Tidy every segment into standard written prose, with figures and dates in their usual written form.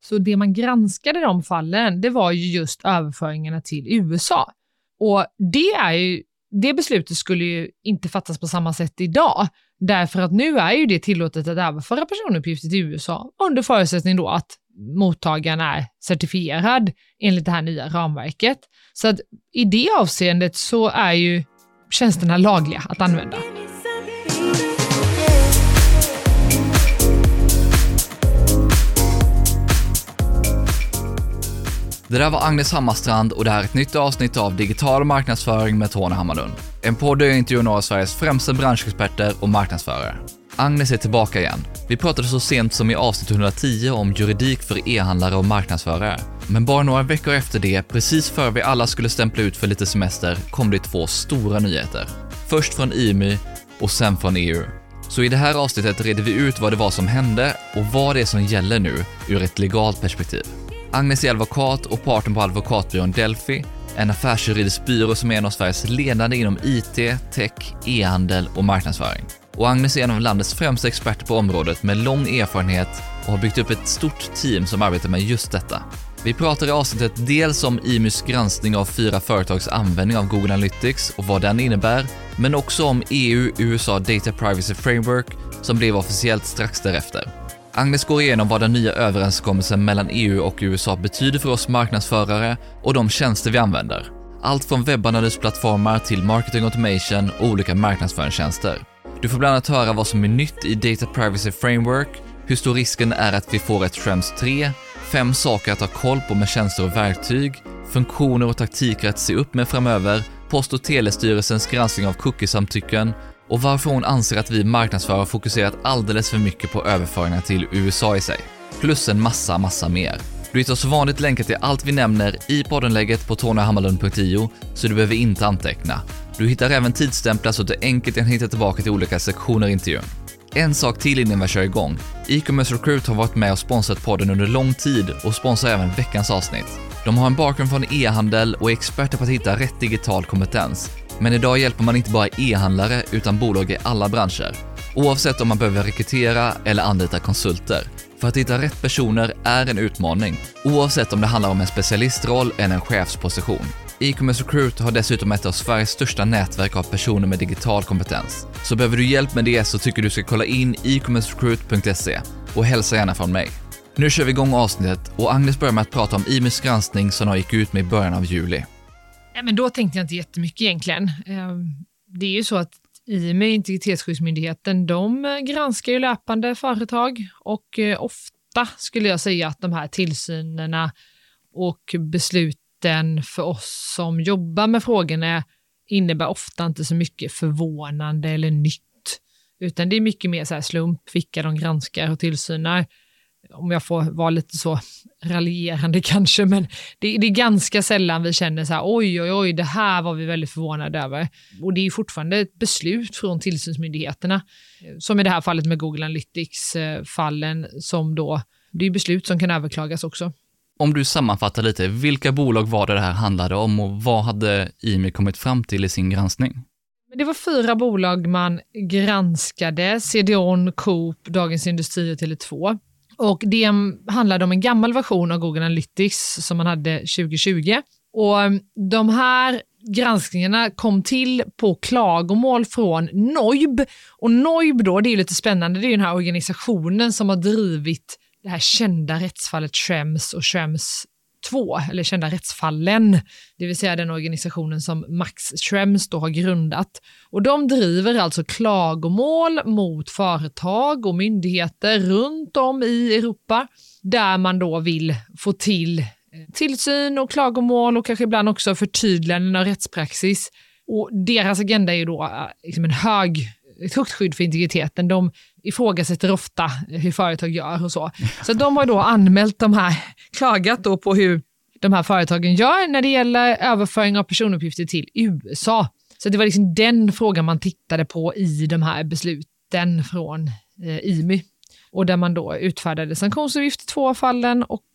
Så det man granskade i de fallen, det var ju just överföringarna till USA. Och det beslutet skulle ju inte fattas på samma sätt idag. Därför att nu är ju det tillåtet att överföra personuppgifter till USA under förutsättning då att mottagaren är certifierad enligt det här nya ramverket. Så att i det avseendet så är ju tjänsterna lagliga att använda. Det där var Agnes Hammarstrand och det här är ett nytt avsnitt av Digital marknadsföring med Tony Hammarlund. En podd där jag intervjuar några av Sveriges främsta branschexperter och marknadsförare. Agnes är tillbaka igen. Vi pratade så sent som i avsnitt 110 om juridik för e-handlare och marknadsförare. Men bara några veckor efter det, precis före vi alla skulle stämpla ut för lite semester, kom det 2 stora nyheter. Först från IMY och sen från EU. Så i det här avsnittet reder vi ut vad det var som hände och vad det är som gäller nu ur ett legalt perspektiv. Agnes är advokat och partner på advokatbyrån Delphi, en affärsjuridisk byrå som är en av Sveriges ledande inom IT, tech, e-handel och marknadsföring. Och Agnes är en av landets främsta experter på området med lång erfarenhet och har byggt upp ett stort team som arbetar med just detta. Vi pratar i avsnittet dels om IMYs granskning av 4 företags användning av Google Analytics och vad den innebär, men också om EU-USA Data Privacy Framework som blev officiellt strax därefter. Agnes går igenom vad den nya överenskommelsen mellan EU och USA betyder för oss marknadsförare och de tjänster vi använder. Allt från webbanalysplattformar till marketing automation och olika marknadsföringstjänster. Du får bland annat höra vad som är nytt i Data Privacy Framework, hur stor risken är att vi får ett Schrems 3, 5 saker att ha koll på med tjänster och verktyg, funktioner och taktiker att se upp med framöver, Post- och telestyrelsens granskning av cookie-samtycken och varför hon anser att vi marknadsförare fokuserat alldeles för mycket på överföringar till USA i sig. Plus en massa mer. Du hittar så vanligt länkar till allt vi nämner i poddenlägget på tonyhammarlund.io så du behöver inte anteckna. Du hittar även tidsstämplar så att du enkelt kan hitta tillbaka till olika sektioner i intervjun. En sak till innan vi kör igång. E-commerce Recruit har varit med och sponsrat podden under lång tid och sponsrar även veckans avsnitt. De har en bakgrund från e-handel och är experter på att hitta rätt digital kompetens. Men idag hjälper man inte bara e-handlare utan bolag i alla branscher. Oavsett om man behöver rekrytera eller anlita konsulter. För att hitta rätt personer är en utmaning. Oavsett om det handlar om en specialistroll eller en chefsposition. E-commerce Recruit har dessutom ett av Sveriges största nätverk av personer med digital kompetens. Så behöver du hjälp med det så tycker du ska kolla in e-commercerecruit.se och hälsa gärna från mig. Nu kör vi igång avsnittet och Agnes börjar med att prata om IMYs granskning som har gick ut med i början av juli. Men då tänkte jag inte jättemycket egentligen. Det är ju så att IMY, Integritetsskyddsmyndigheten, de granskar ju löpande företag och ofta skulle jag säga att de här tillsynerna och besluten för oss som jobbar med frågorna innebär ofta inte så mycket förvånande eller nytt. Utan det är mycket mer så här slump vilka de granskar och tillsynar. Om jag får vara lite så raljerande kanske, men det är ganska sällan vi känner så här oj, det här var vi väldigt förvånade över. Och det är fortfarande ett beslut från tillsynsmyndigheterna, som i det här fallet med Google Analytics-fallen, som då, det är beslut som kan överklagas också. Om du sammanfattar lite, vilka bolag var det här handlade om och vad hade IMY kommit fram till i sin granskning? Det var 4 bolag man granskade, CDON, Coop, Dagens Industri och Tele2. Och det handlade om en gammal version av Google Analytics som man hade 2020. Och de här granskningarna kom till på klagomål från Noib. Och Noib då, det är lite spännande, det är den här organisationen som har drivit det här kända rättsfallet Schrems och Schrems 2, eller kända rättsfallen, det vill säga den organisationen som Max Schrems då har grundat. Och de driver alltså klagomål mot företag och myndigheter runt om i Europa där man då vill få till tillsyn och klagomål och kanske ibland också förtydliganden av rättspraxis. Och deras agenda är ju då liksom ett högt skydd för integriteten. De ifrågasätter ofta hur företag gör och så. Så de har då anmält klagat då på hur de här företagen gör när det gäller överföring av personuppgifter till USA. Så det var liksom den frågan man tittade på i de här besluten från IMY. Och där man då utfärdade sanktionsavgift i 2 fallen och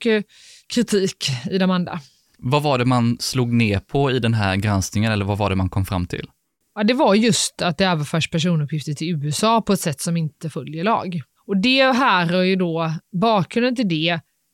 kritik i de andra. Vad var det man slog ner på i den här granskningen, eller vad var det man kom fram till? Ja, det var just att det överförs personuppgifter till USA på ett sätt som inte följer lag. Och det här är ju då, bakgrunden till det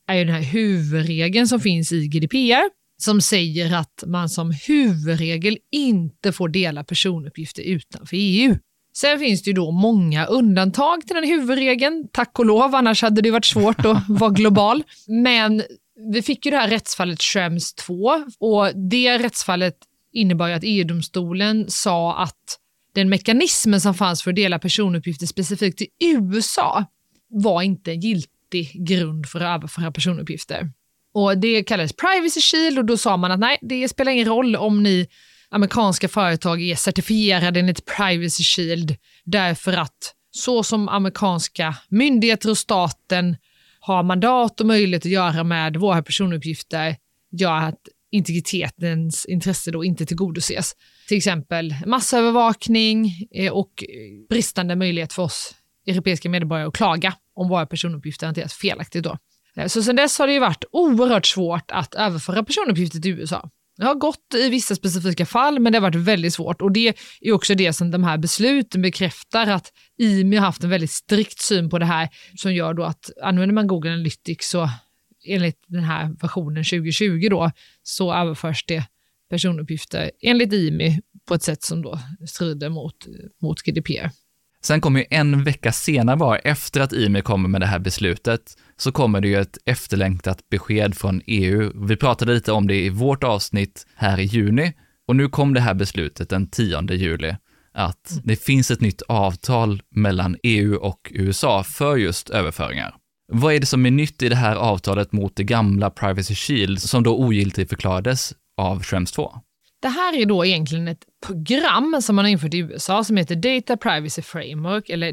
är ju den här huvudregeln som finns i GDPR som säger att man som huvudregel inte får dela personuppgifter utanför EU. Sen finns det ju då många undantag till den huvudregeln, tack och lov, annars hade det varit svårt att vara global. Men vi fick ju det här rättsfallet Schrems 2 och det rättsfallet innebar ju att EU-domstolen sa att den mekanismen som fanns för att dela personuppgifter specifikt i USA var inte en giltig grund för att överföra personuppgifter. Och det kallades Privacy Shield och då sa man att nej, det spelar ingen roll om ni amerikanska företag är certifierade enligt Privacy Shield därför att så som amerikanska myndigheter och staten har mandat och möjlighet att göra med våra personuppgifter gör att integritetens intresse då inte tillgodoses. Till exempel massövervakning och bristande möjlighet för oss europeiska medborgare att klaga om våra personuppgifter hanteras felaktigt då. Så sedan dess har det ju varit oerhört svårt att överföra personuppgifter till USA. Det har gått i vissa specifika fall men det har varit väldigt svårt och det är också det som de här besluten bekräftar att IMI har haft en väldigt strikt syn på det här som gör då att använder man Google Analytics så enligt den här versionen 2020 då så överförs det personuppgifter enligt IMI på ett sätt som då strider mot GDPR. Sen kommer ju en vecka senare bara efter att IMI kommer med det här beslutet så kommer det ju ett efterlängtat besked från EU. Vi pratade lite om det i vårt avsnitt här i juni och nu kom det här beslutet den 10 juli att det finns ett nytt avtal mellan EU och USA för just överföringar. Vad är det som är nytt i det här avtalet mot det gamla Privacy Shield som då ogiltigt förklarades av Schrems 2? Det här är då egentligen ett program som man har infört i USA som heter Data Privacy Framework eller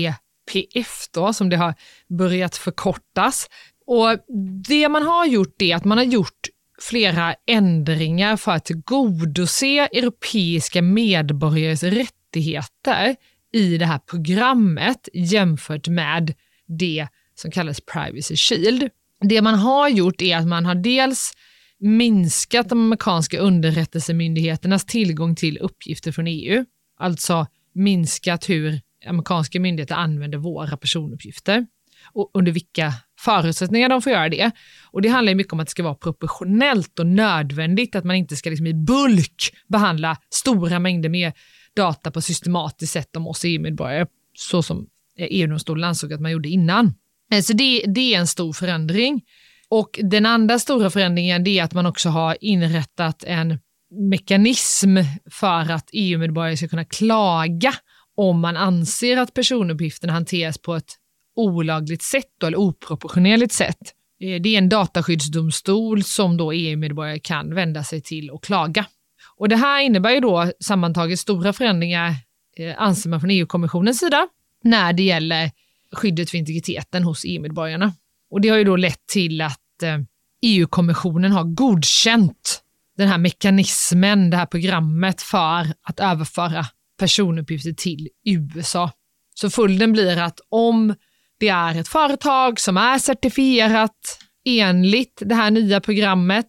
DPF då som det har börjat förkortas. Och det man har gjort är att man har gjort flera ändringar för att tillgodose europeiska medborgares rättigheter i det här programmet jämfört med det som kallas Privacy Shield. Det man har gjort är att man har dels minskat de amerikanska underrättelsemyndigheternas tillgång till uppgifter från EU. Alltså minskat hur amerikanska myndigheter använder våra personuppgifter och under vilka förutsättningar de får göra det. Och det handlar mycket om att det ska vara proportionellt och nödvändigt, att man inte ska liksom i bulk behandla stora mängder med data på systematiskt sätt om oss EU-medborgare, så som EU-domstolen ansåg att man gjorde innan. Så det är en stor förändring. Och den andra stora förändringen är att man också har inrättat en mekanism för att EU-medborgare ska kunna klaga om man anser att personuppgifterna hanteras på ett olagligt sätt eller oproportionerligt sätt. Det är en dataskyddsdomstol som då EU-medborgare kan vända sig till och klaga. Och det här innebär ju då sammantaget stora förändringar anser man från EU-kommissionens sida när det gäller skyddet för integriteten hos EU-medborgarna. Och det har ju då lett till att EU-kommissionen har godkänt den här mekanismen, det här programmet för att överföra personuppgifter till USA. Så följden blir att om det är ett företag som är certifierat enligt det här nya programmet,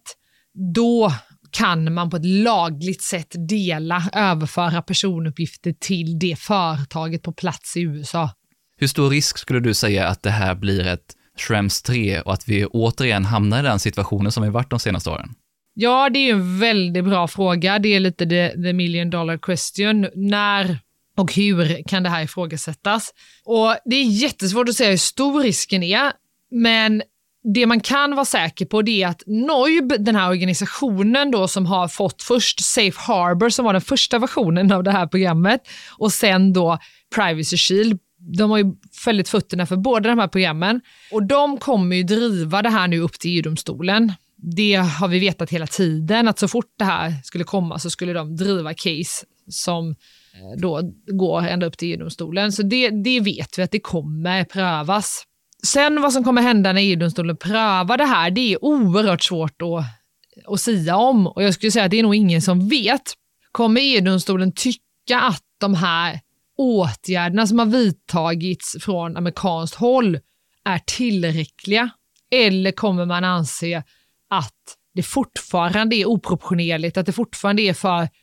då kan man på ett lagligt sätt överföra personuppgifter till det företaget på plats i USA. Hur stor risk skulle du säga att det här blir ett Schrems 3 och att vi återigen hamnar i den situationen som vi varit de senaste åren? Ja, det är en väldigt bra fråga. Det är lite the million dollar question. När och hur kan det här ifrågasättas? Och det är jättesvårt att säga hur stor risken är, men det man kan vara säker på det är att NOIB, den här organisationen då som har fått först Safe Harbor som var den första versionen av det här programmet och sen då Privacy Shield, de har ju följt fötterna för båda de här programmen och de kommer ju driva det här nu upp till EU-domstolen. Det har vi vetat hela tiden att så fort det här skulle komma så skulle de driva case som då går ända upp till EU-domstolen. Så det vet vi att det kommer prövas. Sen vad som kommer hända när EU-domstolen prövar det här, det är oerhört svårt att sia om. Och jag skulle säga att det är nog ingen som vet. Kommer EU-domstolen tycka att de här åtgärderna som har vidtagits från amerikanskt håll är tillräckliga? Eller kommer man anse att det fortfarande är oproportionerligt, att det fortfarande är för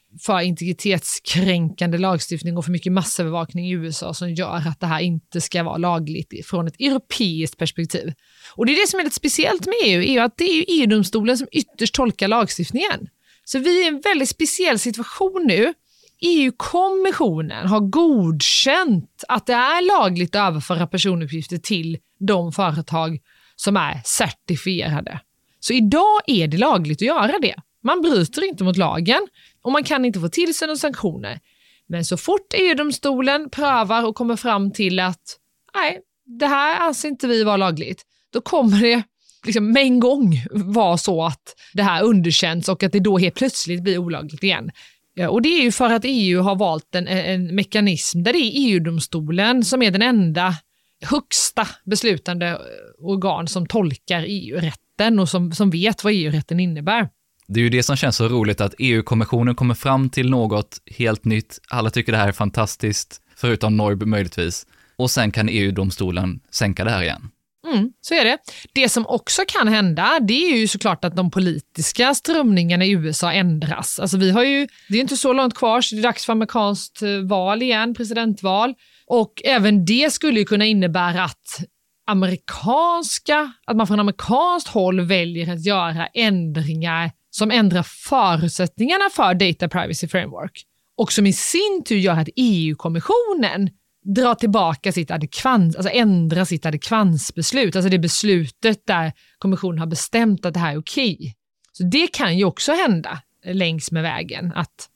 för integritetskränkande lagstiftning och för mycket massövervakning i USA som gör att det här inte ska vara lagligt från ett europeiskt perspektiv. Och det är det som är lite speciellt med EU, är att det är ju EU-domstolen som ytterst tolkar lagstiftningen. Så vi är i en väldigt speciell situation nu. EU-kommissionen har godkänt att det är lagligt att överföra personuppgifter till de företag som är certifierade. Så idag är det lagligt att göra det. Man bryter inte mot lagen och man kan inte få tillsyn och sanktioner. Men så fort EU-domstolen prövar och kommer fram till att nej, det här anser inte vi vara lagligt, då kommer det liksom med en gång vara så att det här underkänns och att det då helt plötsligt blir olagligt igen. Och det är ju för att EU har valt en mekanism där det är EU-domstolen som är den enda högsta beslutande organ som tolkar EU-rätten och som vet vad EU-rätten innebär. Det är ju det som känns så roligt, att EU-kommissionen kommer fram till något helt nytt. Alla tycker det här är fantastiskt, förutom Norb möjligtvis. Och sen kan EU-domstolen sänka det här igen. Så är det. Det som också kan hända, det är ju såklart att de politiska strömningarna i USA ändras. Alltså det är inte så långt kvar, så det är dags för amerikanskt val igen, presidentval. Och även det skulle ju kunna innebära att man från amerikanskt håll väljer att göra ändringar som ändrar förutsättningarna för Data Privacy Framework. Och som i sin tur gör att EU-kommissionen drar tillbaka ändrar sitt adekvansbeslut. Alltså det beslutet där kommissionen har bestämt att det här är okej. Så det kan ju också hända längs med vägen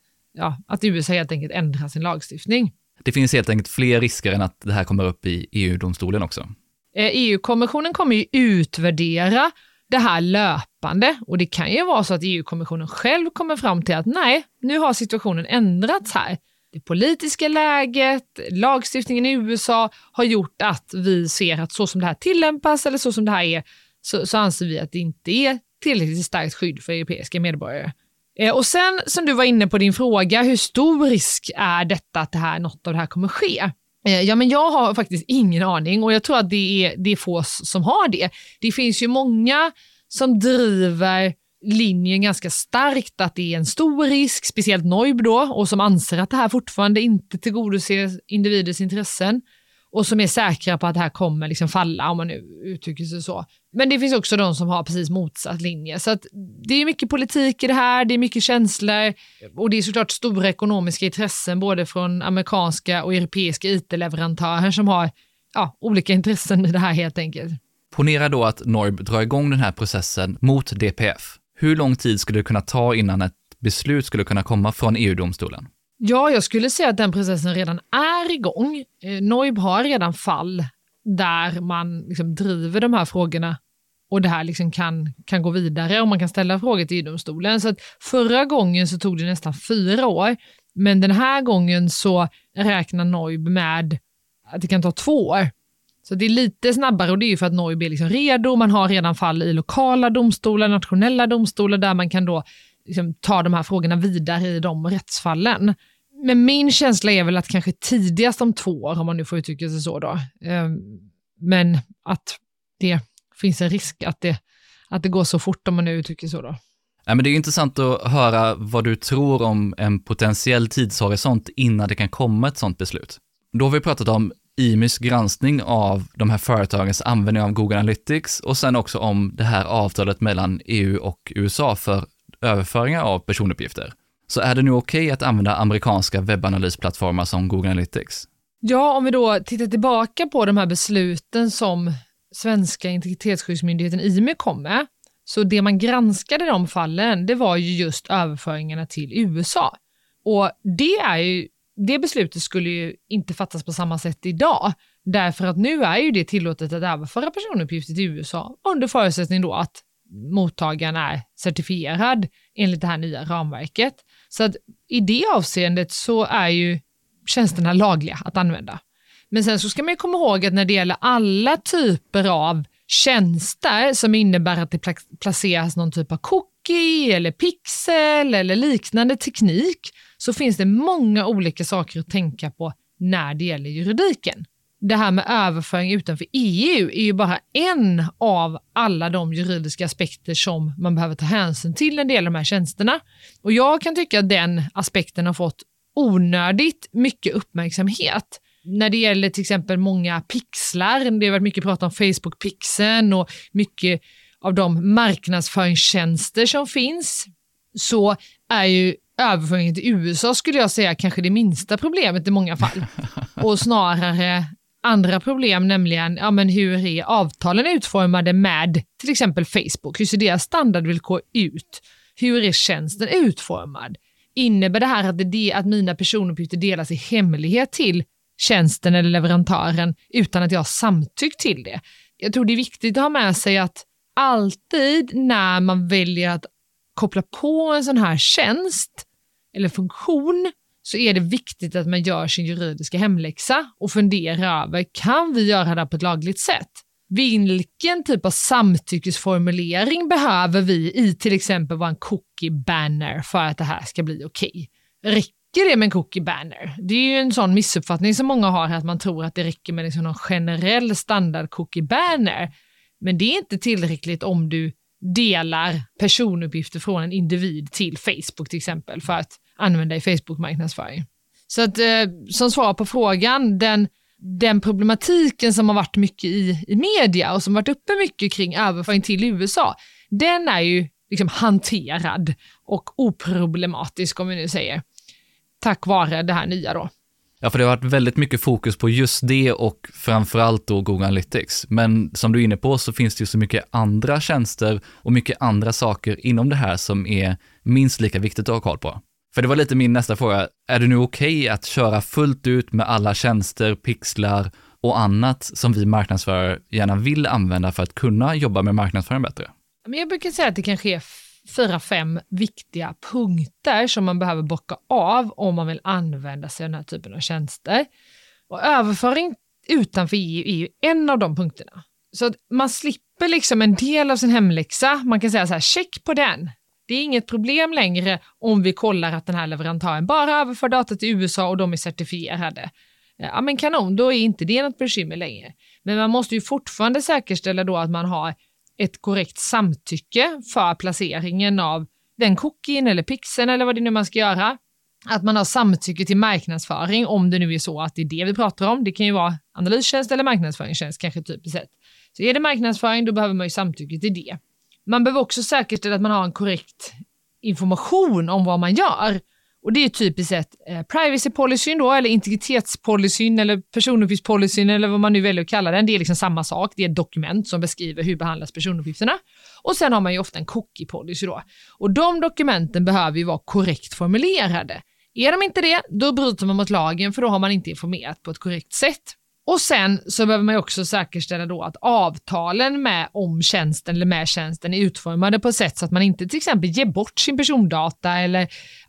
att USA helt enkelt ändrar sin lagstiftning. Det finns helt enkelt fler risker än att det här kommer upp i EU-domstolen också. EU-kommissionen kommer ju utvärdera det här löpande, och det kan ju vara så att EU-kommissionen själv kommer fram till att nej, nu har situationen ändrats här. Det politiska läget, lagstiftningen i USA har gjort att vi ser att så som det här tillämpas eller så som det här är, så anser vi att det inte är tillräckligt starkt skydd för europeiska medborgare. Och sen, som du var inne på din fråga, hur stor risk är detta att något av det här kommer ske? Men jag har faktiskt ingen aning, och jag tror att det är få som har det. Det finns ju många som driver linjen ganska starkt att det är en stor risk, speciellt Noib då, och som anser att det här fortfarande inte tillgodoser individers intressen och som är säkra på att det här kommer liksom falla, om man nu uttrycker sig så. Men det finns också de som har precis motsatt linje. Så att det är mycket politik i det här, det är mycket känslor, och det är såklart stora ekonomiska intressen både från amerikanska och europeiska IT-leverantörer som har olika intressen i det här helt enkelt. Ponera då att Noib drar igång den här processen mot DPF. Hur lång tid skulle det kunna ta innan ett beslut skulle kunna komma från EU-domstolen? Ja, jag skulle säga att den processen redan är igång. Noib har redan fall där man liksom driver de här frågorna och det här liksom kan gå vidare och man kan ställa frågor till EU-domstolen. Så att förra gången så tog det nästan 4 år, men den här gången så räknar Noib med att det kan ta 2 år. Så det är lite snabbare, och det är ju för att Noib är liksom redo. Man har redan fall i lokala domstolar, nationella domstolar där man kan då liksom ta de här frågorna vidare i de rättsfallen. Men min känsla är väl att kanske tidigast om 2 år, om man nu får uttrycka sig så då. Men att det finns en risk att det går så fort, om man nu uttrycker så då. Ja, men det är intressant att höra vad du tror om en potentiell tidshorisont innan det kan komma ett sådant beslut. Då har vi pratat om IMYs granskning av de här företagens användning av Google Analytics och sen också om det här avtalet mellan EU och USA för överföringar av personuppgifter. Så är det nu okej att använda amerikanska webbanalysplattformar som Google Analytics? Ja, om vi då tittar tillbaka på de här besluten som svenska integritetsskyddsmyndigheten IMY kom med, så det man granskade i de fallen, det var ju just överföringarna till USA. Och det beslutet skulle ju inte fattas på samma sätt idag, därför att nu är ju det tillåtet att överföra personuppgifter till USA under förutsättning då att mottagaren är certifierad enligt det här nya ramverket. Så att i det avseendet så är ju tjänsterna lagliga att använda. Men sen så ska man ju komma ihåg att när det gäller alla typer av tjänster som innebär att det placeras någon typ av cookie eller pixel eller liknande teknik, så finns det många olika saker att tänka på när det gäller juridiken. det här med överföring utanför EU är ju bara en av alla de juridiska aspekter som man behöver ta hänsyn till en del av de här tjänsterna. Och jag kan tycka att den aspekten har fått onödigt mycket uppmärksamhet. När det gäller till exempel många pixlar, det har varit mycket prat om Facebook-pixeln och mycket av de marknadsföringstjänster som finns, så är ju överföringen till USA, skulle jag säga, kanske det minsta problemet i många fall. Och snarare andra problem, nämligen hur är avtalen utformade med till exempel Facebook? Hur ser deras standardvillkor ut? Hur är tjänsten utformad? Innebär det här att mina personuppgifter delas i hemlighet till tjänsten eller leverantören utan att jag har samtyckt till det? Jag tror det är viktigt att ha med sig att alltid när man väljer att koppla på en sån här tjänst eller funktion, så är det viktigt att man gör sin juridiska hemläxa och funderar över, kan vi göra det på ett lagligt sätt? Vilken typ av samtyckesformulering behöver vi i till exempel vara en cookie banner för att det här ska bli okej? Räcker det med en cookie banner? Det är ju en sån missuppfattning som många har, att man tror att det räcker med liksom någon generell standard cookie banner. Men det är inte tillräckligt om du delar personuppgifter från en individ till Facebook till exempel för att använda i Facebook-marknadsföring. Så att som svar på frågan, den problematiken som har varit mycket i media och som varit uppe mycket kring överföring till USA, den är ju liksom hanterad och oproblematisk, om vi nu säger, tack vare det här nya då. Ja, för det har varit väldigt mycket fokus på just det och framförallt då Google Analytics. Men som du är inne på så finns det ju så mycket andra tjänster och mycket andra saker inom det här som är minst lika viktigt att ha koll på. För det var lite min nästa fråga. Är det nu okej att köra fullt ut med alla tjänster, pixlar och annat som vi marknadsförare gärna vill använda för att kunna jobba med marknadsföring bättre? Men jag brukar säga att det kanske är 4-5 viktiga punkter som man behöver bocka av om man vill använda sig av den här typen av tjänster. Och överföring utanför EU är ju en av de punkterna. Så att man slipper liksom en del av sin hemläxa. Man kan säga så här, check på den. Det är inget problem längre om vi kollar att den här leverantören bara överför data till USA och de är certifierade. Ja men kanon, då är inte det något bekymmer längre. Men man måste ju fortfarande säkerställa då att man har ett korrekt samtycke för placeringen av den cookien eller pixeln eller vad det nu man ska göra. Att man har samtycke till marknadsföring, om det nu är så att det är det vi pratar om. Det kan ju vara analystjänst eller marknadsföringstjänst kanske typiskt sett. Så är det marknadsföring, då behöver man ju samtycke till det. Man behöver också säkerställa att man har en korrekt information om vad man gör. Och det är typiskt sett privacy policyn då, eller integritetspolicyn eller personuppgiftspolicyn eller vad man nu väljer att kalla den. Det är liksom samma sak. Det är ett dokument som beskriver hur behandlas personuppgifterna. Och sen har man ju ofta en cookie policy då. Och de dokumenten behöver ju vara korrekt formulerade. Är de inte det, då bryter man mot lagen, för då har man inte informerat på ett korrekt sätt. Och sen så behöver man också säkerställa då att avtalen om tjänsten eller med tjänsten är utformade på ett sätt så att man inte till exempel ger bort sin persondata eller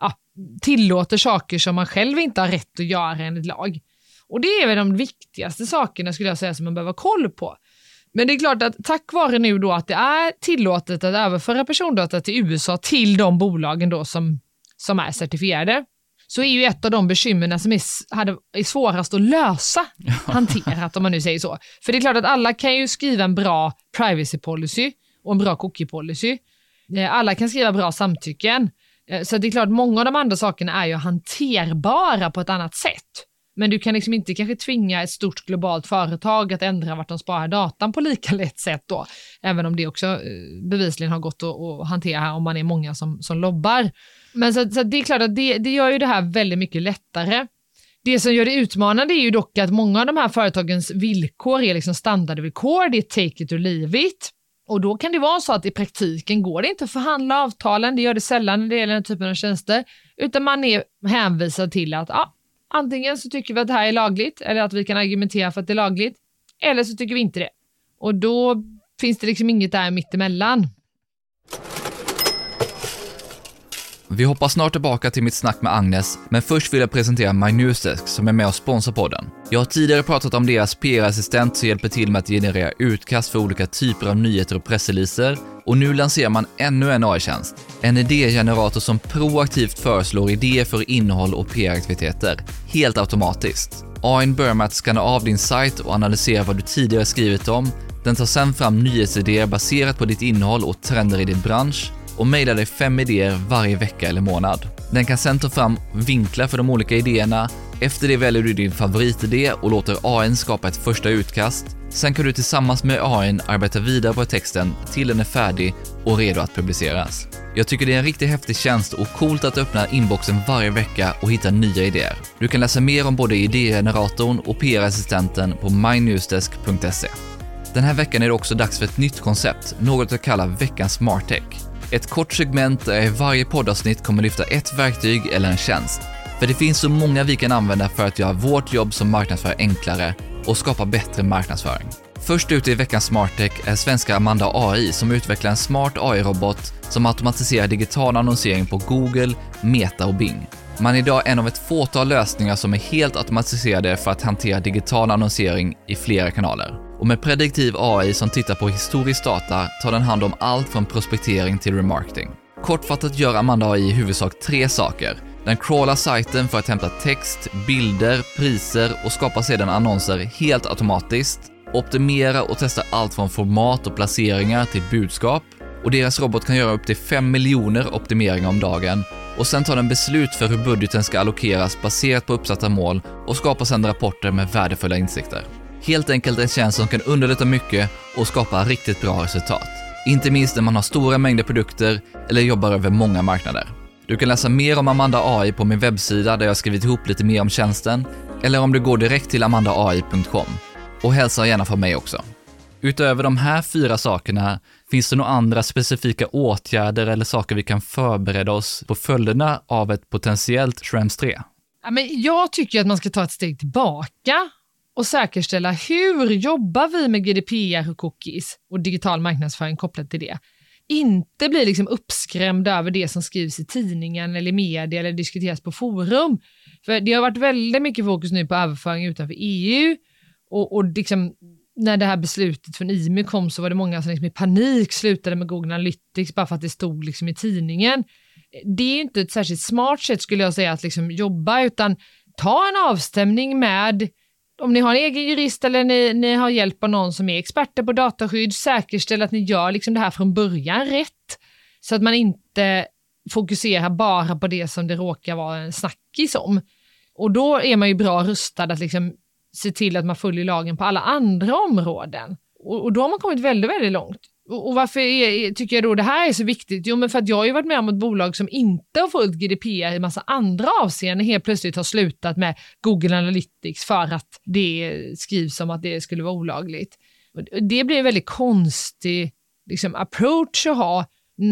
tillåter saker som man själv inte har rätt att göra enligt lag. Och det är väl de viktigaste sakerna, skulle jag säga, som man behöver ha koll på. Men det är klart att tack vare nu då att det är tillåtet att överföra persondata till USA till de bolagen då som är certifierade, så är ju ett av de bekymmerna som är svårast att lösa hanterat, om man nu säger så. För det är klart att alla kan ju skriva en bra privacy policy och en bra cookie policy. Alla kan skriva bra samtycken. Så det är klart, många av de andra sakerna är ju hanterbara på ett annat sätt. Men du kan liksom inte kanske tvinga ett stort globalt företag att ändra vart de sparar datan på lika lätt sätt då. Även om det också bevisligen har gått att hantera om man är många som lobbar. Men så det är klart att det gör ju det här väldigt mycket lättare. Det som gör det utmanande är ju dock att många av de här företagens villkor är liksom standardvillkor. Det är take it or leave it. Och då kan det vara så att i praktiken går det inte att förhandla avtalen. Det gör det sällan när det gäller den typen av tjänster. Utan man är hänvisad till att antingen så tycker vi att det här är lagligt, eller att vi kan argumentera för att det är lagligt, eller så tycker vi inte det. Och då finns det liksom inget där mittemellan. Vi hoppar snart tillbaka till mitt snack med Agnes, men först vill jag presentera MyNewsDesk som är med och sponsrar podden. Jag har tidigare pratat om deras PR-assistent som hjälper till med att generera utkast för olika typer av nyheter och pressreleaser, och nu lanserar man ännu en AI-tjänst. En idégenerator som proaktivt föreslår idéer för innehåll och PR-aktiviteter, helt automatiskt. AI:n börjar med att scanna av din sajt och analysera vad du tidigare skrivit om. Den tar sedan fram nyhetsidéer baserat på ditt innehåll och trender i din bransch och mejlar dig 5 idéer varje vecka eller månad. Den kan sedan ta fram vinklar för de olika idéerna. Efter det väljer du din favoritidé och låter AI:n skapa ett första utkast. Sen kan du tillsammans med AI:n arbeta vidare på texten till den är färdig och redo att publiceras. Jag tycker det är en riktigt häftig tjänst och coolt att öppna inboxen varje vecka och hitta nya idéer. Du kan läsa mer om både idégeneratorn och PR-assistenten på mynewsdesk.se. Den här veckan är det också dags för ett nytt koncept, något jag kallar veckans Smart Tech. Ett kort segment där jag i varje poddavsnitt kommer lyfta ett verktyg eller en tjänst. För det finns så många vi kan använda för att göra vårt jobb som marknadsförare enklare och skapa bättre marknadsföring. Först ut i veckans Smart Tech är svenska Amanda AI som utvecklar en smart AI-robot som automatiserar digital annonsering på Google, Meta och Bing. Man är idag en av ett fåtal lösningar som är helt automatiserade för att hantera digital annonsering i flera kanaler. Och med prediktiv AI som tittar på historisk data tar den hand om allt från prospektering till remarketing. Kortfattat gör Amanda AI i huvudsak 3 saker. Den crawlar sajten för att hämta text, bilder, priser och skapar sedan annonser helt automatiskt. Optimera och testa allt från format och placeringar till budskap. Och deras robot kan göra upp till 5 miljoner optimeringar om dagen. Och sen tar den beslut för hur budgeten ska allokeras baserat på uppsatta mål och skapar sedan rapporter med värdefulla insikter. Helt enkelt en tjänst som kan underlätta mycket och skapa riktigt bra resultat. Inte minst när man har stora mängder produkter eller jobbar över många marknader. Du kan läsa mer om Amanda AI på min webbsida där jag har skrivit ihop lite mer om tjänsten eller om du går direkt till amandaai.com. Och hälsa gärna från mig också. Utöver de här 4 sakerna, finns det några andra specifika åtgärder eller saker vi kan förbereda oss på följderna av ett potentiellt Schrems 3? Ja, men jag tycker att man ska ta ett steg tillbaka och säkerställa hur jobbar vi med GDPR och cookies och digital marknadsföring kopplat till det. Inte bli liksom uppskrämd över det som skrivs i tidningen eller media eller diskuteras på forum. För det har varit väldigt mycket fokus nu på överföring utanför EU och liksom, när det här beslutet från IMI kom så var det många som liksom i panik slutade med Google Analytics bara för att det stod liksom i tidningen. Det är inte ett särskilt smart sätt skulle jag säga att liksom jobba, utan ta en avstämning med, om ni har en egen jurist eller ni har hjälp av någon som är experter på dataskydd, säkerställ att ni gör liksom det här från början rätt så att man inte fokuserar bara på det som det råkar vara en snackis om. Och då är man ju bra rustad att liksom se till att man följer lagen på alla andra områden. Och då har man kommit väldigt, väldigt långt. Och varför tycker jag då det här är så viktigt? Jo, men för att jag har ju varit med om ett bolag som inte har följt GDPR i massa andra avseenden helt plötsligt har slutat med Google Analytics för att det skrivs som att det skulle vara olagligt. Och det blir en väldigt konstig liksom, approach att ha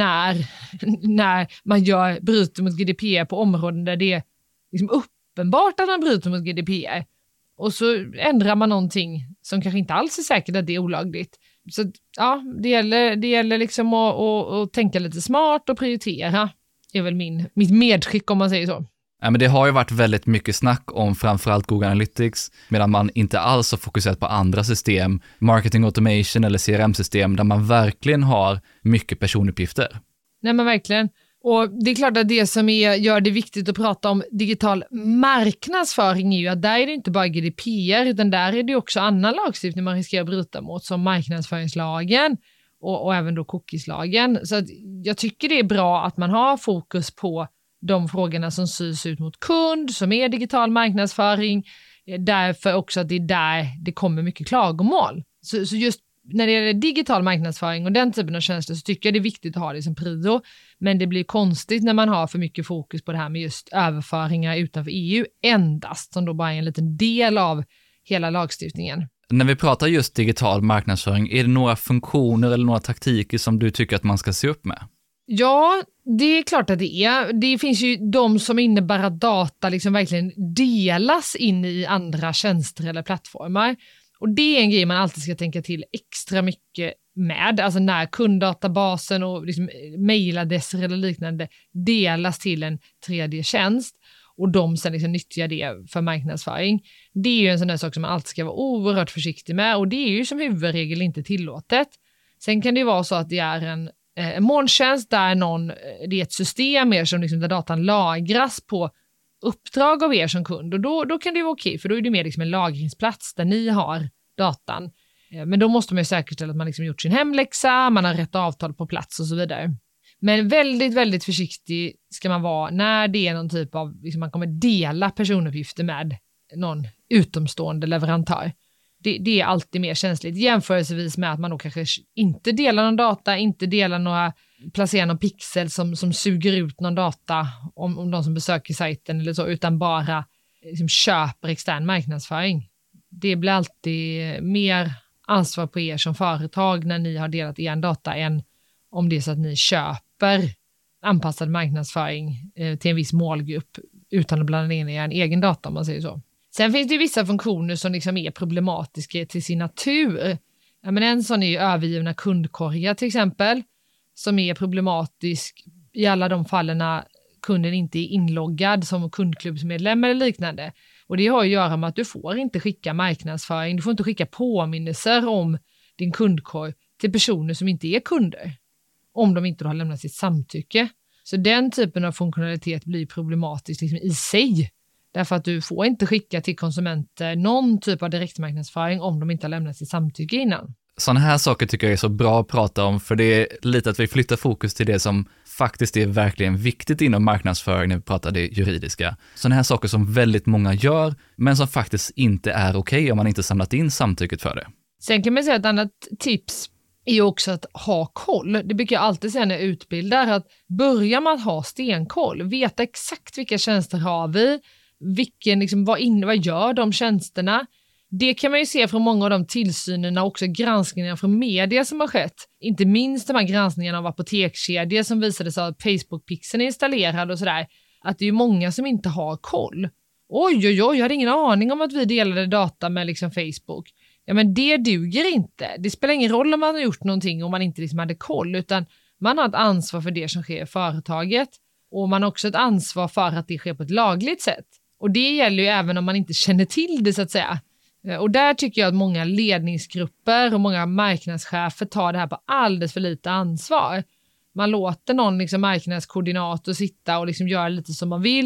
när man bryter mot GDPR på områden där det är liksom uppenbart att man bryter mot GDPR. Och så ändrar man någonting som kanske inte alls är säkert att det är olagligt. Så ja, det gäller liksom att tänka lite smart och prioritera. Det är väl mitt medskick om man säger så. Ja, men det har ju varit väldigt mycket snack om framförallt Google Analytics medan man inte alls har fokuserat på andra system, marketing automation eller CRM-system där man verkligen har mycket personuppgifter. Nej men verkligen. Och det är klart att det som gör det viktigt att prata om digital marknadsföring är ju att där är det inte bara GDPR utan där är det också annan lagstiftning man riskerar att bryta mot som marknadsföringslagen och även då cookieslagen. Så att jag tycker det är bra att man har fokus på de frågorna som syns ut mot kund, som är digital marknadsföring, därför också att det är där det kommer mycket klagomål. Så just när det gäller digital marknadsföring och den typen av tjänster så tycker jag det är viktigt att ha det som prio. Men det blir konstigt när man har för mycket fokus på det här med just överföringar utanför EU endast, som då bara är en liten del av hela lagstiftningen. När vi pratar just digital marknadsföring, är det några funktioner eller några taktiker som du tycker att man ska se upp med? Ja, det är klart att det är. Det finns ju de som innebär att data liksom verkligen delas in i andra tjänster eller plattformar. Och det är en grej man alltid ska tänka till extra mycket med. Alltså när kunddatabasen och liksom mejladresser eller liknande delas till en tredje tjänst och de sen liksom nyttjar det för marknadsföring. Det är ju en sån där sak som man alltid ska vara oerhört försiktig med och det är ju som huvudregel inte tillåtet. Sen kan det ju vara så att det är en molntjänst där det är ett system som liksom där datan lagras på uppdrag av er som kund, och då kan det vara okej, för då är det mer liksom en lagringsplats där ni har datan. Men då måste man ju säkerställa att man liksom gjort sin hemläxa, man har rätt avtal på plats och så vidare. Men väldigt, väldigt försiktig ska man vara när det är någon typ av, liksom man kommer dela personuppgifter med någon utomstående leverantör. Det är alltid mer känsligt jämförelsevis med att man då kanske inte delar någon data, inte delar placerar någon pixel som suger ut någon data om de som besöker sajten eller så, utan bara liksom köper extern marknadsföring. Det blir alltid mer ansvar på er som företag när ni har delat er data än om det är så att ni köper anpassad marknadsföring till en viss målgrupp utan att blanda in er egen data, om man säger så. Sen finns det vissa funktioner som liksom är problematiska till sin natur. Ja, men en sån är ju övergivna kundkorgar till exempel, som är problematisk i alla de fallen när kunden inte är inloggad som kundklubbsmedlem eller liknande. Och det har att göra med att du får inte skicka marknadsföring, du får inte skicka påminnelser om din kundkorg till personer som inte är kunder, om de inte har lämnat sitt samtycke. Så den typen av funktionalitet blir problematisk liksom i sig. Därför att du får inte skicka till konsumenter någon typ av direktmarknadsföring om de inte har lämnat sitt samtycke innan. Sådana här saker tycker jag är så bra att prata om, för det är lite att vi flyttar fokus till det som faktiskt är verkligen viktigt inom marknadsföring när vi pratar det juridiska. Sådana här saker som väldigt många gör, men som faktiskt inte är okej om man inte samlat in samtycket för det. Sen kan man säga att ett annat tips är ju också att ha koll. Det brukar jag alltid säga när jag utbildar, att börja med att ha stenkoll, veta exakt vilka tjänster har vi, vad gör de tjänsterna. Det kan man ju se från många av de tillsynerna och också granskningarna från media som har skett. Inte minst de här granskningarna av apotekskedjor som visade sig att Facebook-pixeln är installerad och sådär. Att det är många som inte har koll. Oj, jag hade ingen aning om att vi delade data med liksom Facebook. Ja, men det duger inte. Det spelar ingen roll om man har gjort någonting om man inte liksom hade koll, utan man har ett ansvar för det som sker i företaget, och man har också ett ansvar för att det sker på ett lagligt sätt. Och det gäller ju även om man inte känner till det, så att säga. Och där tycker jag att många ledningsgrupper och många marknadschefer tar det här på alldeles för lite ansvar. Man låter någon liksom marknadskoordinator sitta och liksom göra lite som man vill,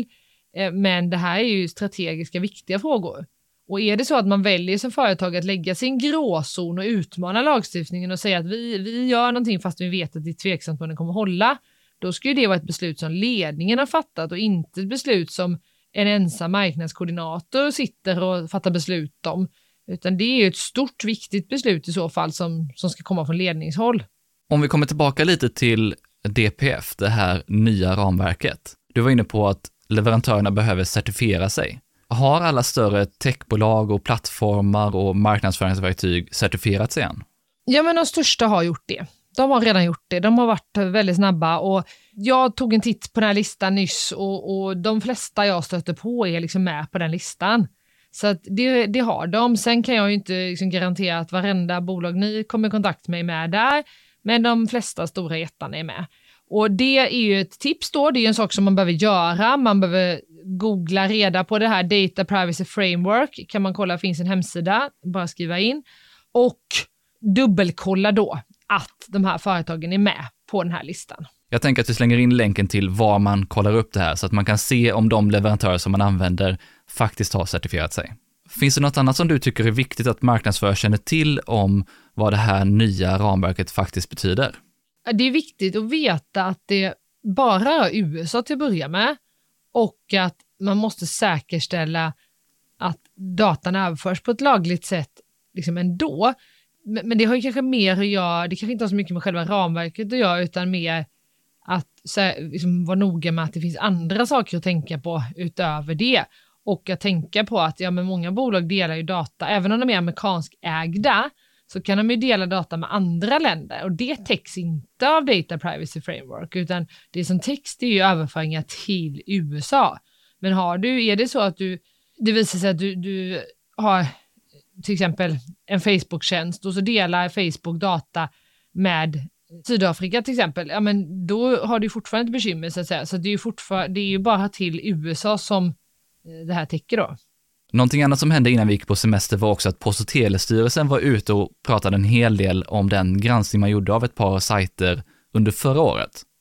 men det här är ju strategiska viktiga frågor. Och är det så att man väljer som företag att lägga sin gråzon och utmana lagstiftningen och säga att vi gör någonting fast vi vet att det är tveksamt om det kommer hålla, då ska ju det vara ett beslut som ledningen har fattat och inte ett beslut som en ensam marknadskoordinator sitter och fattar beslut om. Utan det är ju ett stort, viktigt beslut i så fall som ska komma från ledningshåll. Om vi kommer tillbaka lite till DPF, det här nya ramverket. Du var inne på att leverantörerna behöver certifiera sig. Har alla större techbolag och plattformar och marknadsföringsverktyg certifierat sig än? Ja, men de största har gjort det. De har redan gjort det. De har varit väldigt snabba, och jag tog en titt på den här listan nyss, och de flesta jag stöter på är liksom med på den listan. Så att det har de. Sen kan jag ju inte liksom garantera att varenda bolag ni kommer i kontakt med där, men de flesta stora jättarna är med. Och det är ju ett tips då, det är ju en sak som man behöver göra. Man behöver googla reda på det här Data Privacy Framework. Kan man kolla, finns en hemsida, bara skriva in. Och dubbelkolla då att de här företagen är med på den här listan. Jag tänker att vi slänger in länken till var man kollar upp det här så att man kan se om de leverantörer som man använder faktiskt har certifierat sig. Finns det något annat som du tycker är viktigt att marknadsförare känner till om vad det här nya ramverket faktiskt betyder? Det är viktigt att veta att det bara är USA till att börja med, och att man måste säkerställa att datan överförs på ett lagligt sätt liksom ändå. Men det har ju kanske mer att göra, det kanske inte har så mycket med själva ramverket att göra, utan mer att liksom vara noga med att det finns andra saker att tänka på utöver det. Och att tänka på att men många bolag delar ju data, även om de är amerikanskägda, så kan de ju dela data med andra länder, och det täcks inte av Data Privacy Framework, utan det som täcks är ju överföringar till USA. Men är det så att det visar sig att du har till exempel en Facebook-tjänst, och så delar Facebook data med Sydafrika till exempel, men då har du fortfarande ett bekymmer, så att säga. Så det är ju bara till USA som det här täcker då. Någonting annat som hände innan vi gick på semester var också att Post- och telestyrelsen var ute och pratade en hel del om den granskning man gjorde av ett par sajter under förra året.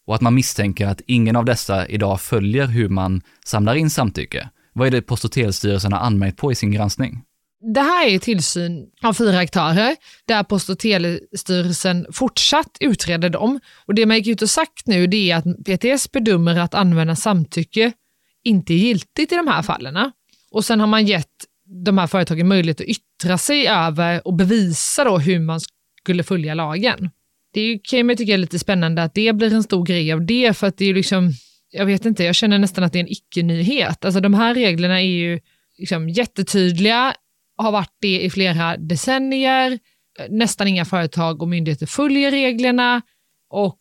och att man misstänker att ingen av dessa idag följer hur man samlar in samtycke. Vad är det Post- och telestyrelsen har anmärkt på i sin granskning? Det här är tillsyn av 4 aktörer där Post- och telestyrelsen fortsatt utreder dem. Och det man gick ut och sagt nu, det är att PTS bedömer att använda samtycke inte är giltigt i de här fallen. Och sen har man gett de här företagen möjlighet att yttra sig över och bevisa då hur man skulle följa lagen. Det kan jag tycka är lite spännande att det blir en stor grej av det, för att det är liksom, jag vet inte, jag känner nästan att det är en icke-nyhet. Alltså de här reglerna är ju liksom jättetydliga, har varit det i flera decennier. Nästan inga företag och myndigheter följer reglerna och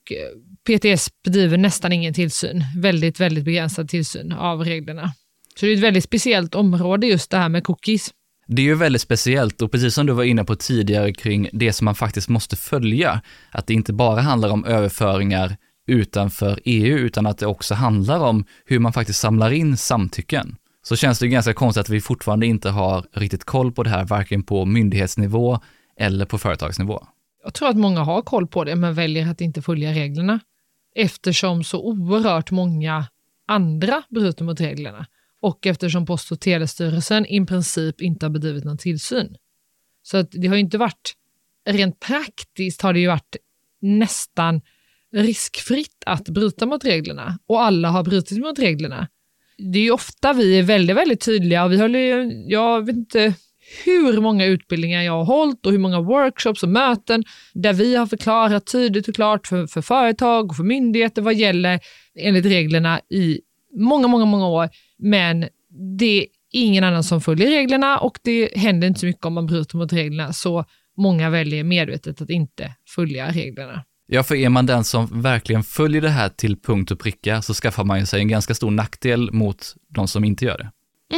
PTS bedriver nästan ingen tillsyn. Väldigt, väldigt begränsad tillsyn av reglerna. Så det är ett väldigt speciellt område just det här med cookies. Det är ju väldigt speciellt, och precis som du var inne på tidigare kring det som man faktiskt måste följa, att det inte bara handlar om överföringar utanför EU utan att det också handlar om hur man faktiskt samlar in samtycken. Så känns det ju ganska konstigt att vi fortfarande inte har riktigt koll på det här, varken på myndighetsnivå eller på företagsnivå. Jag tror att många har koll på det men väljer att inte följa reglerna eftersom så oerhört många andra bryter mot reglerna. Och eftersom Post- och telestyrelsen i princip inte har bedrivit någon tillsyn. Så att det har ju inte varit, rent praktiskt har det ju varit nästan riskfritt att bryta mot reglerna. Och alla har brutit mot reglerna. Det är ju ofta vi är väldigt, väldigt tydliga. Och vi håller ju, jag vet inte hur många utbildningar jag har hållit och hur många workshops och möten där vi har förklarat tydligt och klart för företag och för myndigheter vad gäller enligt reglerna i många, många, många år. Men det är ingen annan som följer reglerna och det händer inte så mycket om man bryter mot reglerna, så många väljer medvetet att inte följa reglerna. Ja, för är man den som verkligen följer det här till punkt och pricka så skaffar man ju sig en ganska stor nackdel mot de som inte gör det.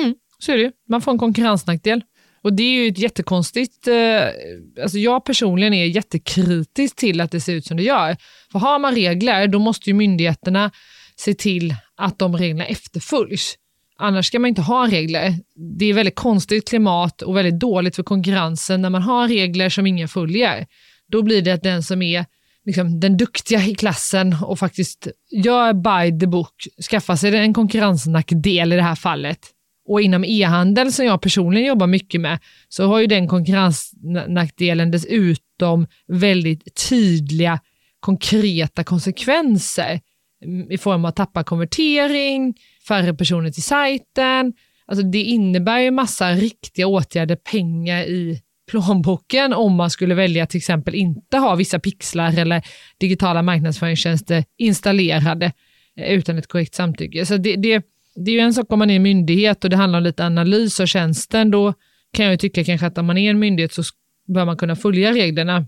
Så är det. Man får en konkurrensnackdel. Och det är ju ett jättekonstigt, alltså jag personligen är jättekritisk till att det ser ut som det gör. För har man regler, då måste ju myndigheterna se till att de reglerna efterföljs. Annars ska man inte ha regler. Det är väldigt konstigt klimat och väldigt dåligt för konkurrensen när man har regler som ingen följer. Då blir det att den som är liksom den duktiga i klassen och faktiskt gör by the book skaffar sig en konkurrensnackdel i det här fallet. Och inom e-handel som jag personligen jobbar mycket med så har ju den konkurrensnackdelen dessutom väldigt tydliga konkreta konsekvenser i form av tappa konvertering, färre personer till sajten. Alltså det innebär ju massa riktiga åtgärder, pengar i plånboken om man skulle välja till exempel inte ha vissa pixlar eller digitala marknadsföringstjänster installerade utan ett korrekt samtycke. Så det är ju en sak om man är en myndighet och det handlar om lite analys av tjänsten. Då kan jag ju tycka kanske att om man är en myndighet så bör man kunna följa reglerna.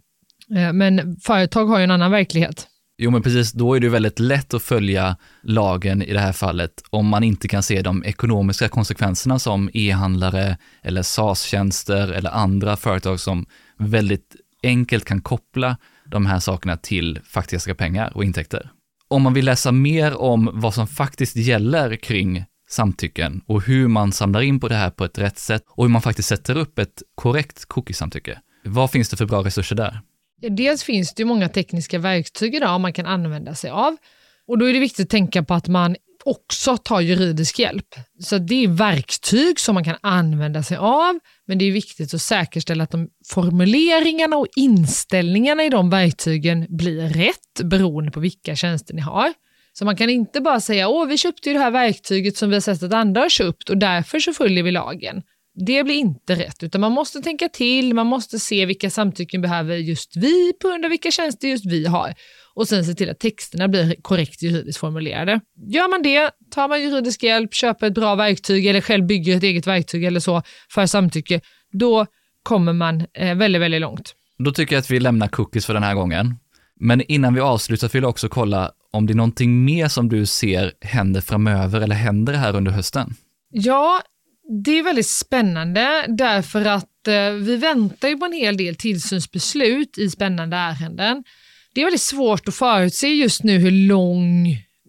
Men företag har ju en annan verklighet. Jo, men precis, då är det väldigt lätt att följa lagen i det här fallet om man inte kan se de ekonomiska konsekvenserna som e-handlare eller SaaS-tjänster eller andra företag som väldigt enkelt kan koppla de här sakerna till faktiska pengar och intäkter. Om man vill läsa mer om vad som faktiskt gäller kring samtycken och hur man samlar in på det här på ett rätt sätt och hur man faktiskt sätter upp ett korrekt cookie-samtycke, vad finns det för bra resurser där? Dels finns det ju många tekniska verktyg idag man kan använda sig av. Och då är det viktigt att tänka på att man också tar juridisk hjälp. Så det är verktyg som man kan använda sig av, men det är viktigt att säkerställa att de formuleringarna och inställningarna i de verktygen blir rätt beroende på vilka tjänster ni har. Så man kan inte bara säga, vi köpte ju det här verktyget som vi har sett att andra har köpt och därför så följer vi lagen. Det blir inte rätt, utan man måste tänka till, man måste se vilka samtycken behöver just vi på grund av vilka tjänster just vi har. Och sen se till att texterna blir korrekt juridiskt formulerade. Gör man det, tar man juridisk hjälp, köper ett bra verktyg eller själv bygger ett eget verktyg eller så för samtycke, då kommer man väldigt, väldigt långt. Då tycker jag att vi lämnar cookies för den här gången. Men innan vi avslutar vill jag också kolla om det är någonting mer som du ser händer framöver eller händer här under hösten. Ja, det är väldigt spännande därför att vi väntar ju på en hel del tillsynsbeslut i spännande ärenden. Det är väldigt svårt att förutse just nu hur lång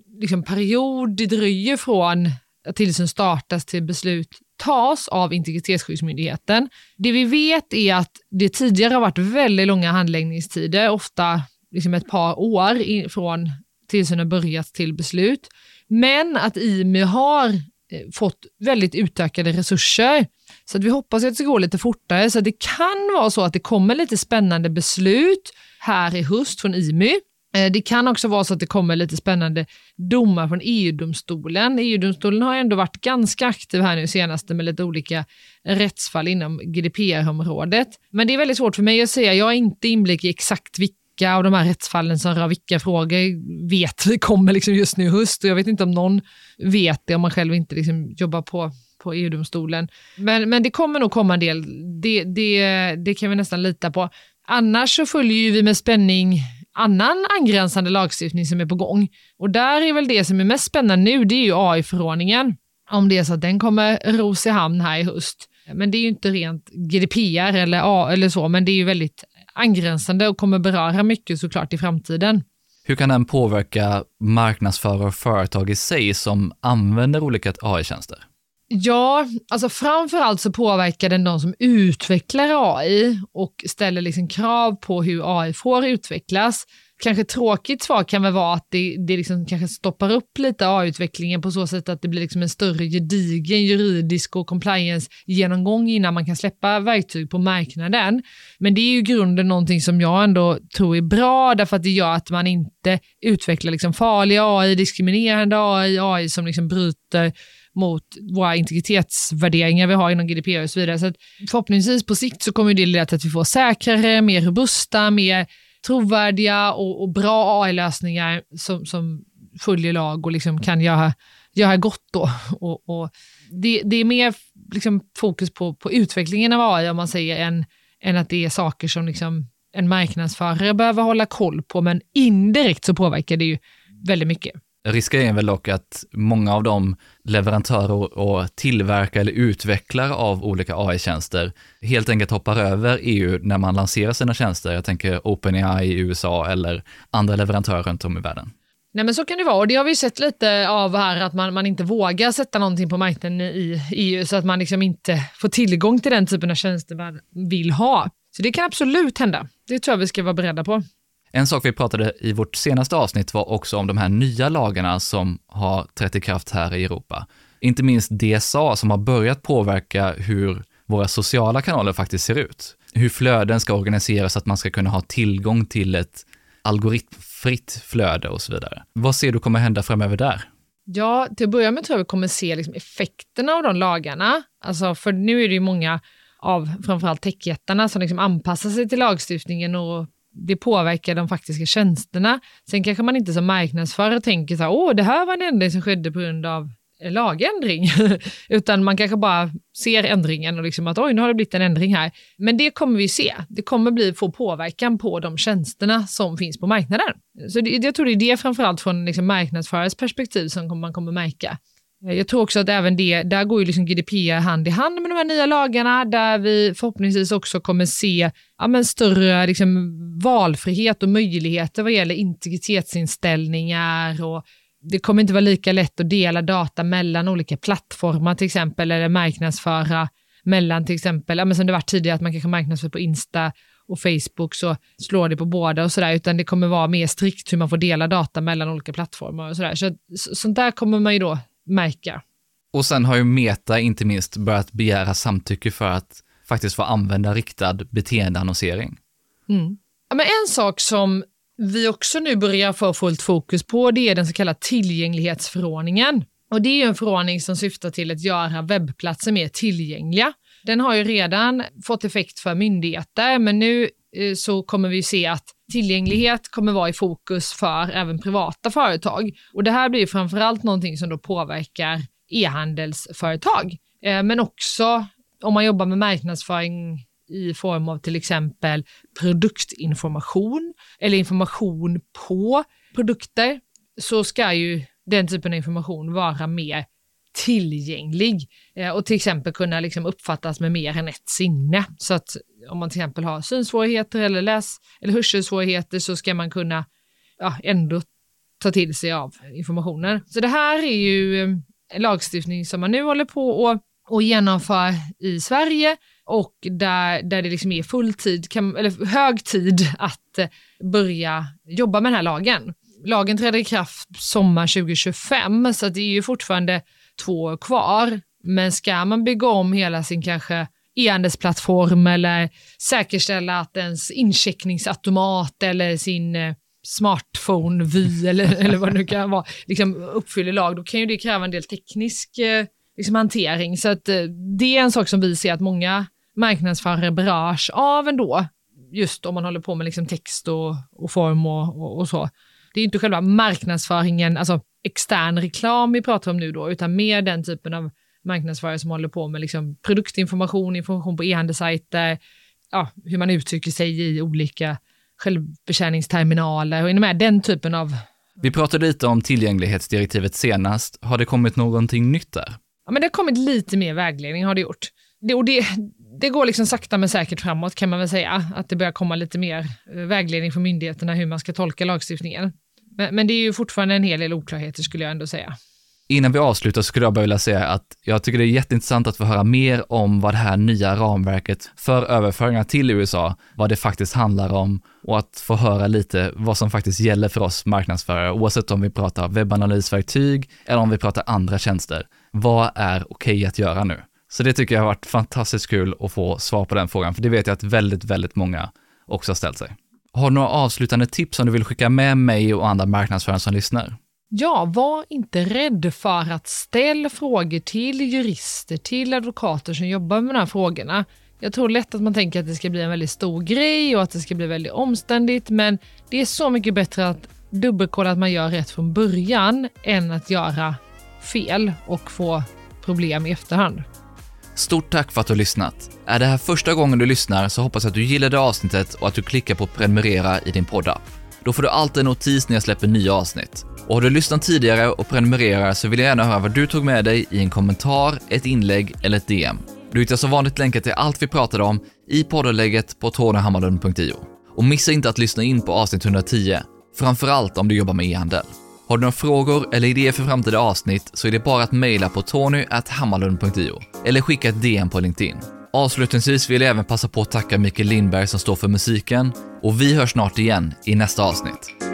period det dröjer från att tillsyn startas till beslut tas av Integritetsskyddsmyndigheten. Det vi vet är att det tidigare har varit väldigt långa handläggningstider, ofta ett par år från tillsynen börjat till beslut. Men att IMY har fått väldigt utökade resurser. Så att vi hoppas att det ska gå lite fortare. Så det kan vara så att det kommer lite spännande beslut här i höst från IMY. Det kan också vara så att det kommer lite spännande domar från EU-domstolen. EU-domstolen har ändå varit ganska aktiv här nu senaste med lite olika rättsfall inom GDPR-området. Men det är väldigt svårt för mig att säga. Jag har inte inblick i exakt vilka av de här rättsfallen som rör vilka frågor vet vi kommer liksom just nu i höst. Och jag vet inte om någon vet det om man själv inte liksom jobbar på EU-domstolen. Men det kommer nog komma en del. Det kan vi nästan lita på. Annars så följer vi med spänning annan angränsande lagstiftning som är på gång. Och där är väl det som är mest spännande nu, det är ju AI-förordningen. Om det är så att den kommer ros i hamn här i höst. Men det är ju inte rent GDPR eller så, men det är ju väldigt angränsande och kommer beröra mycket såklart i framtiden. Hur kan den påverka marknadsförare och företag i sig som använder olika AI-tjänster? Ja, alltså framförallt så påverkar den de som utvecklar AI och ställer liksom krav på hur AI får utvecklas. Kanske tråkigt svar kan väl vara att det liksom kanske stoppar upp lite AI-utvecklingen på så sätt att det blir liksom en större gedigen juridisk och compliance-genomgång innan man kan släppa verktyg på marknaden. Men det är ju grunden någonting som jag ändå tror är bra därför att det gör att man inte utvecklar liksom farlig AI, diskriminerande AI som liksom bryter mot våra integritetsvärderingar vi har inom GDPR och så vidare. Så att förhoppningsvis på sikt så kommer det leda till att vi får säkrare, mer robusta, mer trovärdiga och bra AI-lösningar som följer lag och liksom kan göra gott då. Och det är mer liksom fokus på utvecklingen av AI om man säger än att det är saker som liksom en marknadsförare behöver hålla koll på, men indirekt så påverkar det ju väldigt mycket. Risken är väl dock att många av de leverantörer och tillverkare eller utvecklare av olika AI-tjänster helt enkelt hoppar över EU när man lanserar sina tjänster. Jag tänker OpenAI i USA eller andra leverantörer runt om i världen. Nej, men så kan det vara och det har vi sett lite av här att man inte vågar sätta någonting på marknaden i EU så att man liksom inte får tillgång till den typen av tjänster man vill ha. Så det kan absolut hända. Det tror jag vi ska vara beredda på. En sak vi pratade i vårt senaste avsnitt var också om de här nya lagarna som har trätt i kraft här i Europa. Inte minst DSA som har börjat påverka hur våra sociala kanaler faktiskt ser ut. Hur flöden ska organiseras så att man ska kunna ha tillgång till ett algoritmfritt flöde och så vidare. Vad ser du kommer hända framöver där? Ja, till att börja med tror jag vi kommer se liksom effekterna av de lagarna. Alltså för nu är det ju många av framförallt techjättarna som liksom anpassar sig till lagstiftningen och det påverkar de faktiska tjänsterna. Sen kanske man inte som marknadsförare tänker så här, det här var en ändring som skedde på grund av lagändring. Utan man kanske bara ser ändringen och liksom att nu har det blivit en ändring här. Men det kommer vi se. Det kommer få påverkan på de tjänsterna som finns på marknaden. Så jag tror det är det framförallt från liksom marknadsförares perspektiv som man kommer märka. Jag tror också att även där går ju liksom GDPR hand i hand med de här nya lagarna där vi förhoppningsvis också kommer se större liksom valfrihet och möjligheter vad gäller integritetsinställningar och det kommer inte vara lika lätt att dela data mellan olika plattformar till exempel eller marknadsföra mellan till exempel, som det var tidigare att man kanske marknadsför på Insta och Facebook så slår det på båda och sådär utan det kommer vara mer strikt hur man får dela data mellan olika plattformar och sådär. Så sånt där kommer man ju då märka. Och sen har ju Meta inte minst börjat begära samtycke för att faktiskt få använda riktad beteendeannonsering. Men en sak som vi också nu börjar få fullt fokus på det är den så kallade tillgänglighetsförordningen. Och det är ju en förordning som syftar till att göra webbplatser mer tillgängliga. Den har ju redan fått effekt för myndigheter men nu så kommer vi se att tillgänglighet kommer vara i fokus för även privata företag. Och det här blir framförallt någonting som då påverkar e-handelsföretag. Men också om man jobbar med marknadsföring i form av till exempel produktinformation eller information på produkter så ska ju den typen av information vara mer tillgänglig och till exempel kunna liksom uppfattas med mer än ett sinne. Så att om man till exempel har synsvårigheter eller eller hörselsvårigheter så ska man kunna ändå ta till sig av informationen. Så det här är ju en lagstiftning som man nu håller på och genomför i Sverige och där det liksom är hög tid att börja jobba med den här lagen. lagen träder i kraft sommar 2025, så det är ju fortfarande 2 år kvar. Men ska man bygga om hela sin kanske e-handelsplattform eller säkerställa att ens incheckningsautomat eller sin smartphone Vy eller vad det nu kan vara liksom uppfyller lag, då kan ju det kräva en del teknisk liksom hantering. Så att det är en sak som vi ser att många marknadsförare berörs av ändå, just om man håller på med liksom text och form och så. Det är inte själva marknadsföringen, alltså extern reklam vi pratar om nu då, utan mer den typen av marknadsförare som håller på med liksom produktinformation, information på e-handelssajter, hur man uttrycker sig i olika självbetjäningsterminaler och med den typen av... Vi pratade lite om tillgänglighetsdirektivet senast. Har det kommit någonting nytt där? Ja, men det har kommit lite mer vägledning, har det gjort. Det går liksom sakta men säkert framåt, kan man väl säga. Att det börjar komma lite mer vägledning från myndigheterna hur man ska tolka lagstiftningen. Men det är ju fortfarande en hel del oklarheter, skulle jag ändå säga. Innan vi avslutar skulle jag bara vilja säga att jag tycker det är jätteintressant att få höra mer om vad det här nya ramverket för överföringar till USA, vad det faktiskt handlar om, och att få höra lite vad som faktiskt gäller för oss marknadsförare, oavsett om vi pratar webbanalysverktyg eller om vi pratar andra tjänster. Vad är okej att göra nu? Så det tycker jag har varit fantastiskt kul att få svar på den frågan, för det vet jag att väldigt, väldigt många också har ställt sig. Har du några avslutande tips som du vill skicka med mig och andra marknadsförare som lyssnar? Ja, var inte rädd för att ställa frågor till jurister, till advokater som jobbar med de här frågorna. Jag tror lätt att man tänker att det ska bli en väldigt stor grej och att det ska bli väldigt omständigt, men det är så mycket bättre att dubbelkolla att man gör rätt från början än att göra fel och få problem i efterhand. Stort tack för att du har lyssnat. Är det här första gången du lyssnar så hoppas jag att du gillade avsnittet och att du klickar på prenumerera i din poddapp. Då får du alltid en notis när jag släpper nya avsnitt. Och har du lyssnat tidigare och prenumererar så vill jag gärna höra vad du tog med dig i en kommentar, ett inlägg eller ett DM. Du hittar som vanligt länkar till allt vi pratade om i poddenlägget på tonyhammarlund.io. Och missa inte att lyssna in på avsnitt 110, framförallt om du jobbar med e-handel. Har du några frågor eller idéer för framtida avsnitt så är det bara att mejla på tony@hammarlund.io eller skicka ett DM på LinkedIn. Avslutningsvis vill jag även passa på att tacka Mikael Lindberg som står för musiken, och vi hörs snart igen i nästa avsnitt.